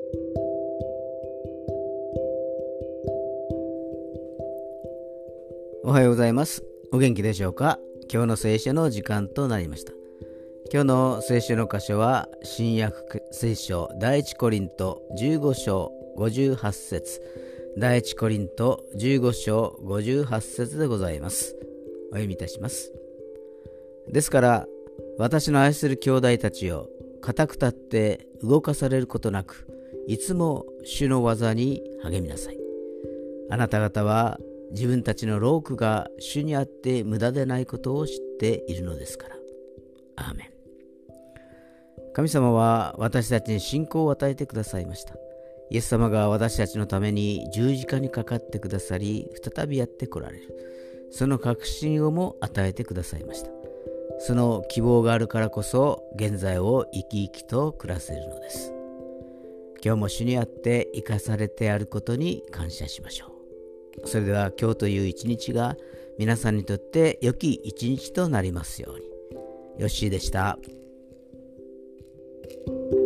おはようございます。お元気でしょうか。今日の聖書の時間となりました。今日の聖書の箇所は新約聖書第一コリント15章58節、第一コリント15章58節でございます。お読みいたします。ですから私の愛する兄弟たちよ、固く立って動かされることなく、いつも主の技に励みなさい。あなた方は自分たちの労苦が主にあって無駄でないことを知っているのですから。アーメン。神様は私たちに信仰を与えてくださいました。イエス様が私たちのために十字架にかかってくださり、再びやって来られる。その確信をも与えてくださいました。その希望があるからこそ現在を生き生きと暮らせるのです。今日も主にあって生かされてあることに感謝しましょう。それでは今日という一日が皆さんにとって良き一日となりますように。ヨッシーでした。